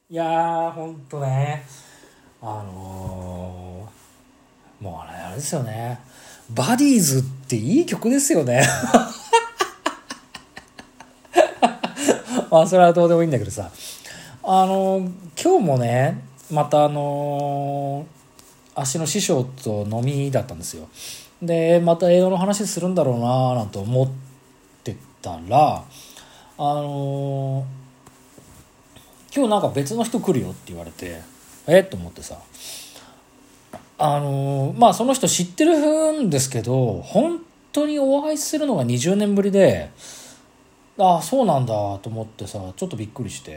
いやー、ほんとね。もうね、あれですよね。バディーズっていい曲ですよね。まあ、それはどうでもいいんだけどさ。今日もね、また足の師匠と飲みだったんですよ。で、また映画の話するんだろうなーなんて思ってたら、あのー今日なんか別の人来るよって言われて、と思ってさ。まあその人知ってるんですけど、本当にお会いするのが20年ぶりで、ああそうなんだと思ってさ、ちょっとびっくりして、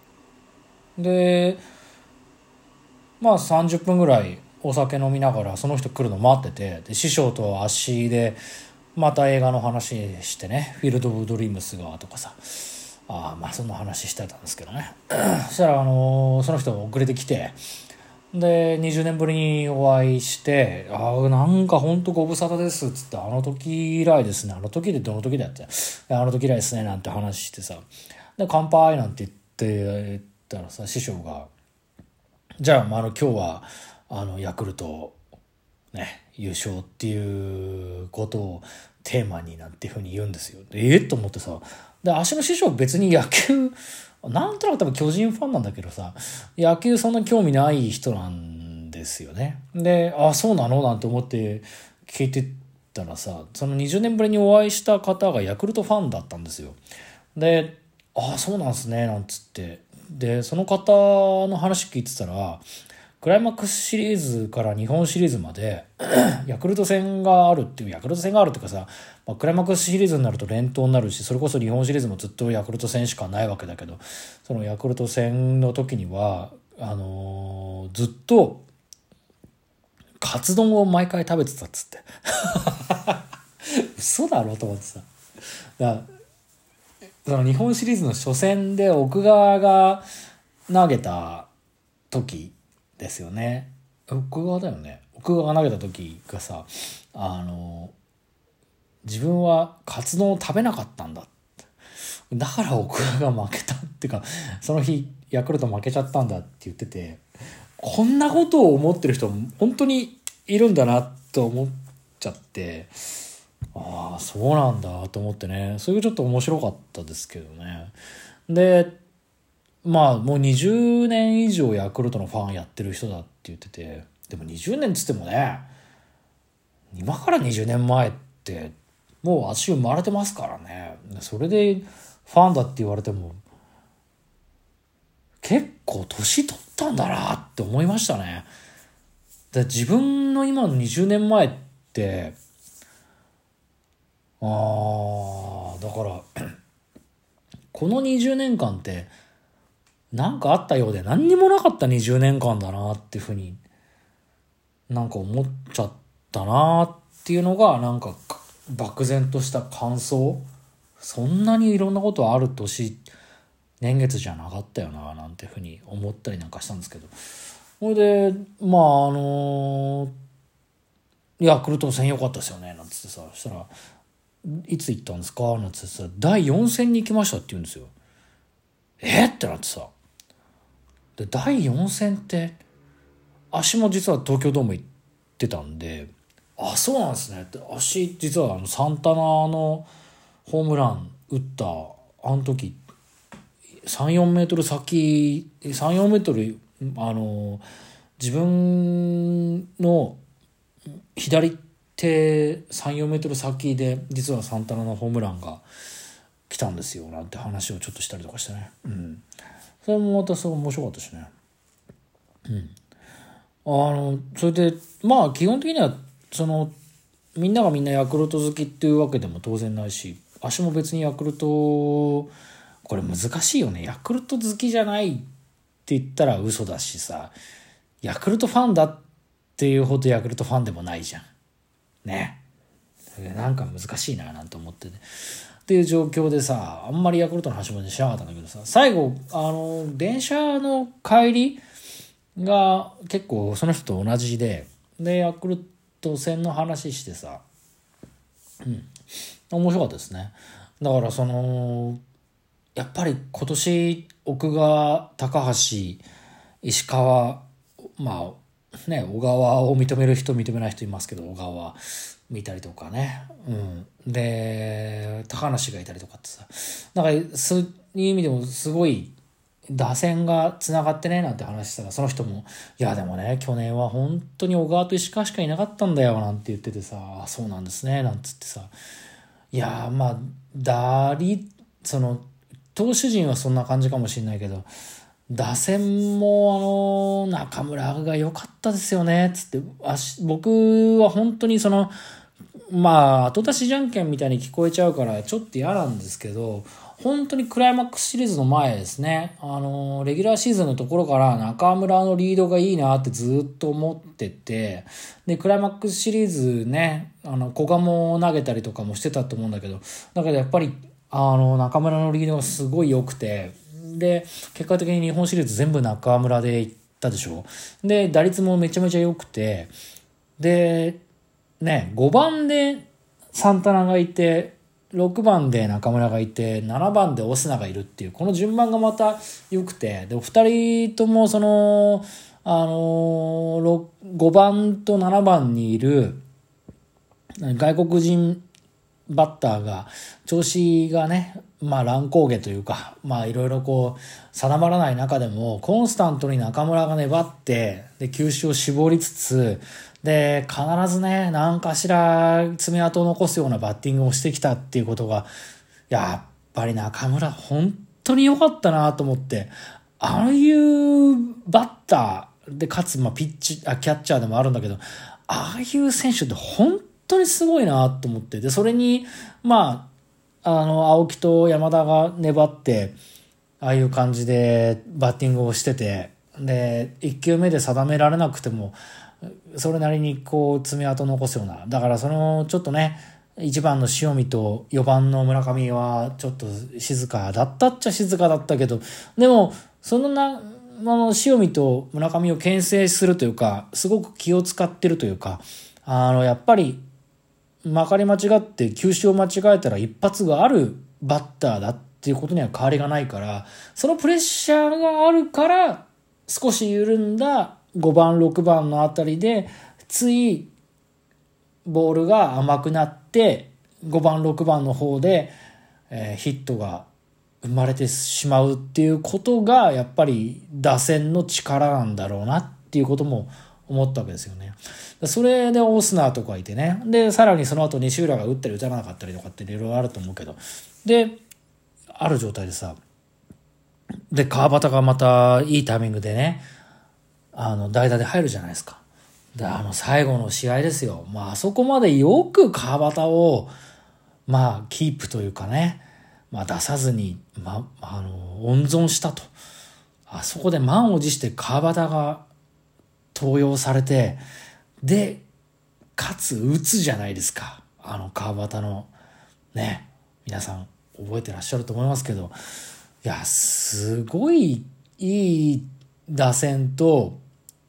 でまあ30分ぐらいお酒飲みながらその人来るの待ってて、で師匠と足でまた映画の話してね、フィールド・オブ・ドリームスがとかさ、まあそんな話してたんですけどね。そしたらその人が遅れてきて、で20年ぶりにお会いしてなんかほんとご無沙汰ですっつって、あの時以来ですね、あの時でどの時だって、あの時以来ですねなんて話してさ、で乾杯なんて言ったらさ、師匠がじゃあ、今日はヤクルトね優勝っていうことをテーマになんていうふうに言うんですよ。と思ってさ、で足の師匠別に野球なんとなく多分巨人ファンなんだけどさ、野球そんな興味ない人なんですよね。で、そうなのなんて思って聞いてたらさ、その20年ぶりにお会いした方がヤクルトファンだったんですよ。で、そうなんすねなんつって、でその方の話聞いてたら、クライマックスシリーズから日本シリーズまでヤクルト戦があるっていう、ヤクルト戦があるっていうかさ、クライマックスシリーズになると連投になるし、それこそ日本シリーズもずっとヤクルト戦しかないわけだけど、そのヤクルト戦の時にはずっとカツ丼を毎回食べてたっつって。嘘だろと思ってさ。だからその日本シリーズの初戦で奥川が投げた時ですよね。奥川だよね。奥川が投げた時がさ、あの自分はカツ丼を食べなかったんだ、だから奥川が負けたっていうか、その日ヤクルト負けちゃったんだって言ってて、こんなことを思ってる人本当にいるんだなと思っちゃって、そうなんだと思ってね、それがちょっと面白かったですけどね。でまあもう20年以上ヤクルトのファンやってる人だって言ってて、でも20年っつってもね、今から20年前ってもう足生まれてますからね。それでファンだって言われても結構年取ったんだなって思いましたね。自分の今の20年前って、だからこの20年間ってなんかあったようで何にもなかった20年間だなっていうふうになんか思っちゃったなっていうのが、なんか漠然とした感想。そんなにいろんなことある年月じゃなかったよななんていうふうに思ったりなんかしたんですけど、それでヤクルト戦良かったですよねなんつってさ、そしたらいつ行ったんですかなんつってさ、第4戦に行きましたって言うんですよ。ってなってさ、で第4戦って足も実は東京ドーム行ってたんで、そうなんですねって。足実はサンタナのホームラン打ったあの時34メートル先、34メートル自分の左手34メートル先で実はサンタナのホームランが来たんですよなんて話をちょっとしたりとかしてね。それもまたすごい面白かったしね。それでまあ基本的にはそのみんながみんなヤクルト好きっていうわけでも当然ないし、足も別にヤクルト、これ難しいよね。ヤクルト好きじゃないって言ったら嘘だしさ、ヤクルトファンだっていうほどヤクルトファンでもないじゃんね。なんか難しいななんて思ってねっていう状況でさ、あんまりヤクルトの話もしなかったんだけどさ、最後電車の帰りが結構その人と同じでヤクルト戦の話してさ、面白かったですね。だからやっぱり今年奥川、高橋、石川、まあね、小川を認める人認めない人いますけど、小川見たりとかね、で高梨がいたりとかってさ、なんかそういう意味でもすごい打線がつながってねなんて話したら、その人もいやでもね去年は本当に小川と石川しかいなかったんだよなんて言っててさ、あそうなんですねなんつってさ、いやまあその投手陣はそんな感じかもしれないけど、打線も中村が良かったですよねつって、僕は本当にまあ後出しじゃんけんみたいに聞こえちゃうからちょっと嫌なんですけど、本当にクライマックスシリーズの前ですね、レギュラーシーズンのところから中村のリードがいいなってずっと思ってて、でクライマックスシリーズね古賀も投げたりとかもしてたと思うんだけど、だけどやっぱり中村のリードがすごい良くて、で結果的に日本シリーズ全部中村でいったでしょ。で打率もめちゃめちゃ良くて、でね5番でサンタナがいて、6番で中村がいて、7番でオスナがいるっていうこの順番がまた良くて、で2人とも5番と7番にいる外国人バッターが調子がね乱高下というかいろいろ定まらない中でもコンスタントに中村が粘って、で球種を絞りつつ、で必ずね何かしら爪痕を残すようなバッティングをしてきたっていうことが、やっぱり中村本当に良かったなと思って、ああいうバッターでかつキャッチャーでもあるんだけど、ああいう選手って本当にすごいなと思って、でそれに青木と山田が粘ってああいう感じでバッティングをしてて、で1球目で定められなくてもそれなりに爪痕残すような、だからちょっとね1番の塩見と4番の村上はちょっと静かだったっちゃ静かだったけど、でも塩見と村上を牽制するというか、すごく気を使ってるというか、やっぱりまかり間違って球種を間違えたら一発があるバッターだっていうことには変わりがないから、そのプレッシャーがあるから少し緩んだ5番6番のあたりでついボールが甘くなって5番6番の方で、ヒットが生まれてしまうっていうことがやっぱり打線の力なんだろうなっていうことも思ったわけですよね。それでオスナーとかいてね、でさらにその後西浦が打ったり打たなかったりとかっていろいろあると思うけど、である状態でさ、で川端がまたいいタイミングでね代打で入るじゃないですか。で最後の試合ですよ、あそこまでよく川端をキープというかね、出さずに、温存したと。あそこで満を持して川端が登用されて、でかつ打つじゃないですか。川端のね、皆さん覚えてらっしゃると思いますけど、いやすごいいい打線と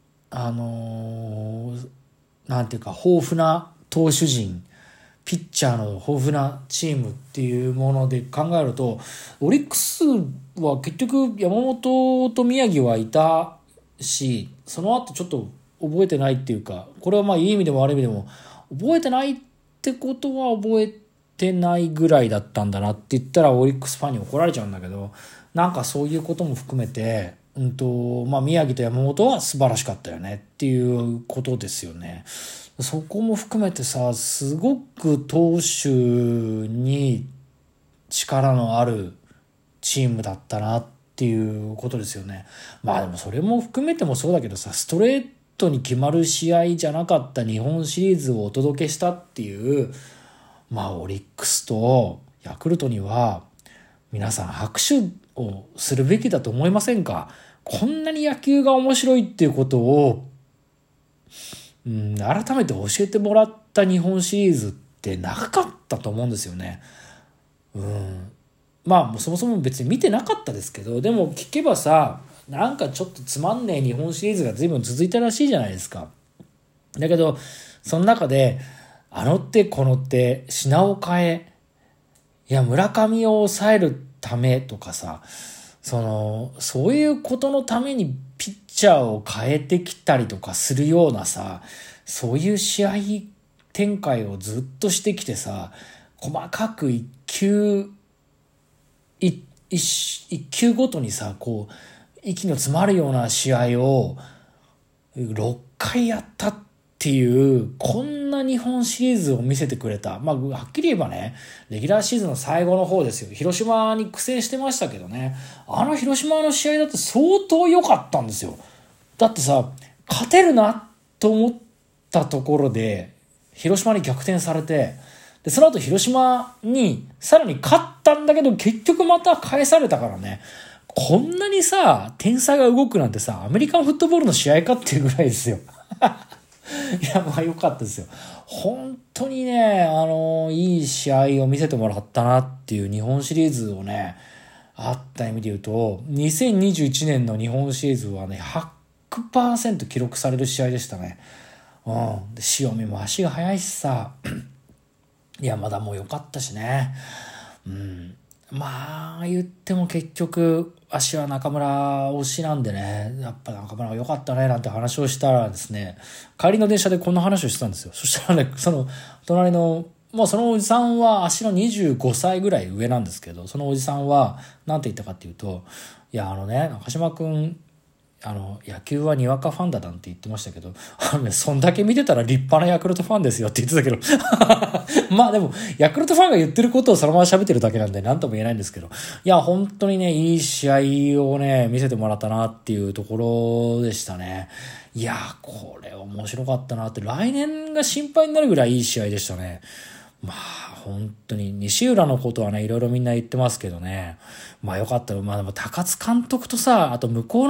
なんていうか豊富な投手陣、ピッチャーの豊富なチームっていうもので考えると、オリックスは結局山本と宮城はいたし、その後ちょっと覚えてないっていうか、これはいい意味でも悪い意味でも覚えてないってことは覚えてないぐらいだったんだなって言ったらオリックスファンに怒られちゃうんだけど、なんかそういうことも含めて宮城と山本は素晴らしかったよねっていうことですよね。そこも含めてさ、すごく投手に力のあるチームだったなっていうことですよね。でもそれも含めてもそうだけどさ、ストレートに決まる試合じゃなかった日本シリーズをお届けしたっていうオリックスとヤクルトには皆さん拍手をするべきだと思いませんか？こんなに野球が面白いっていうことを、改めて教えてもらった日本シリーズってなかったと思うんですよね。そもそも別に見てなかったですけど、でも聞けばさ、なんかちょっとつまんねえ日本シリーズが随分続いたらしいじゃないですか。だけどその中で手この手品を変え、村上を抑えるためとかさ、 そういうことのためにピッチャーを変えてきたりとかするようなさ、そういう試合展開をずっとしてきてさ、細かく一球ごとにさ、こう息の詰まるような試合を6回やったっていう、こんな日本シリーズを見せてくれた。まあ、はっきり言えばね、レギュラーシーズンの最後の方ですよ。広島に苦戦してましたけどね。広島の試合だって相当良かったんですよ。だってさ、勝てるなと思ったところで、広島に逆転されて、で、その後広島にさらに勝ったんだけど、結局また返されたからね。こんなにさ、点差が動くなんてさ、アメリカンフットボールの試合かっていうぐらいですよ。いや、まあ良かったですよ。本当にね、いい試合を見せてもらったなっていう日本シリーズをね、あった意味で言うと、2021年の日本シリーズはね、100% 記録される試合でしたね。で塩見も足が速いしさ、山田も良かったしね。まあ言っても結局足は中村推しなんでね、やっぱ中村は良かったねなんて話をしたらですね、帰りの電車でこんな話をしてたんですよ。そしたらね、その隣のそのおじさんは足の25歳ぐらい上なんですけど、そのおじさんは何て言ったかっていうと、いや中島くん野球はにわかファンだなんて言ってましたけど、そんだけ見てたら立派なヤクルトファンですよって言ってたけどまあでもヤクルトファンが言ってることをそのまま喋ってるだけなんで何とも言えないんですけど、いや本当にね、いい試合をね見せてもらったなっていうところでしたね。いやこれ面白かったなって、来年が心配になるぐらいいい試合でしたね。まあ本当に西浦のことはねいろいろみんな言ってますけどね、まあよかった。まあでも高津監督とさ、あと向こうの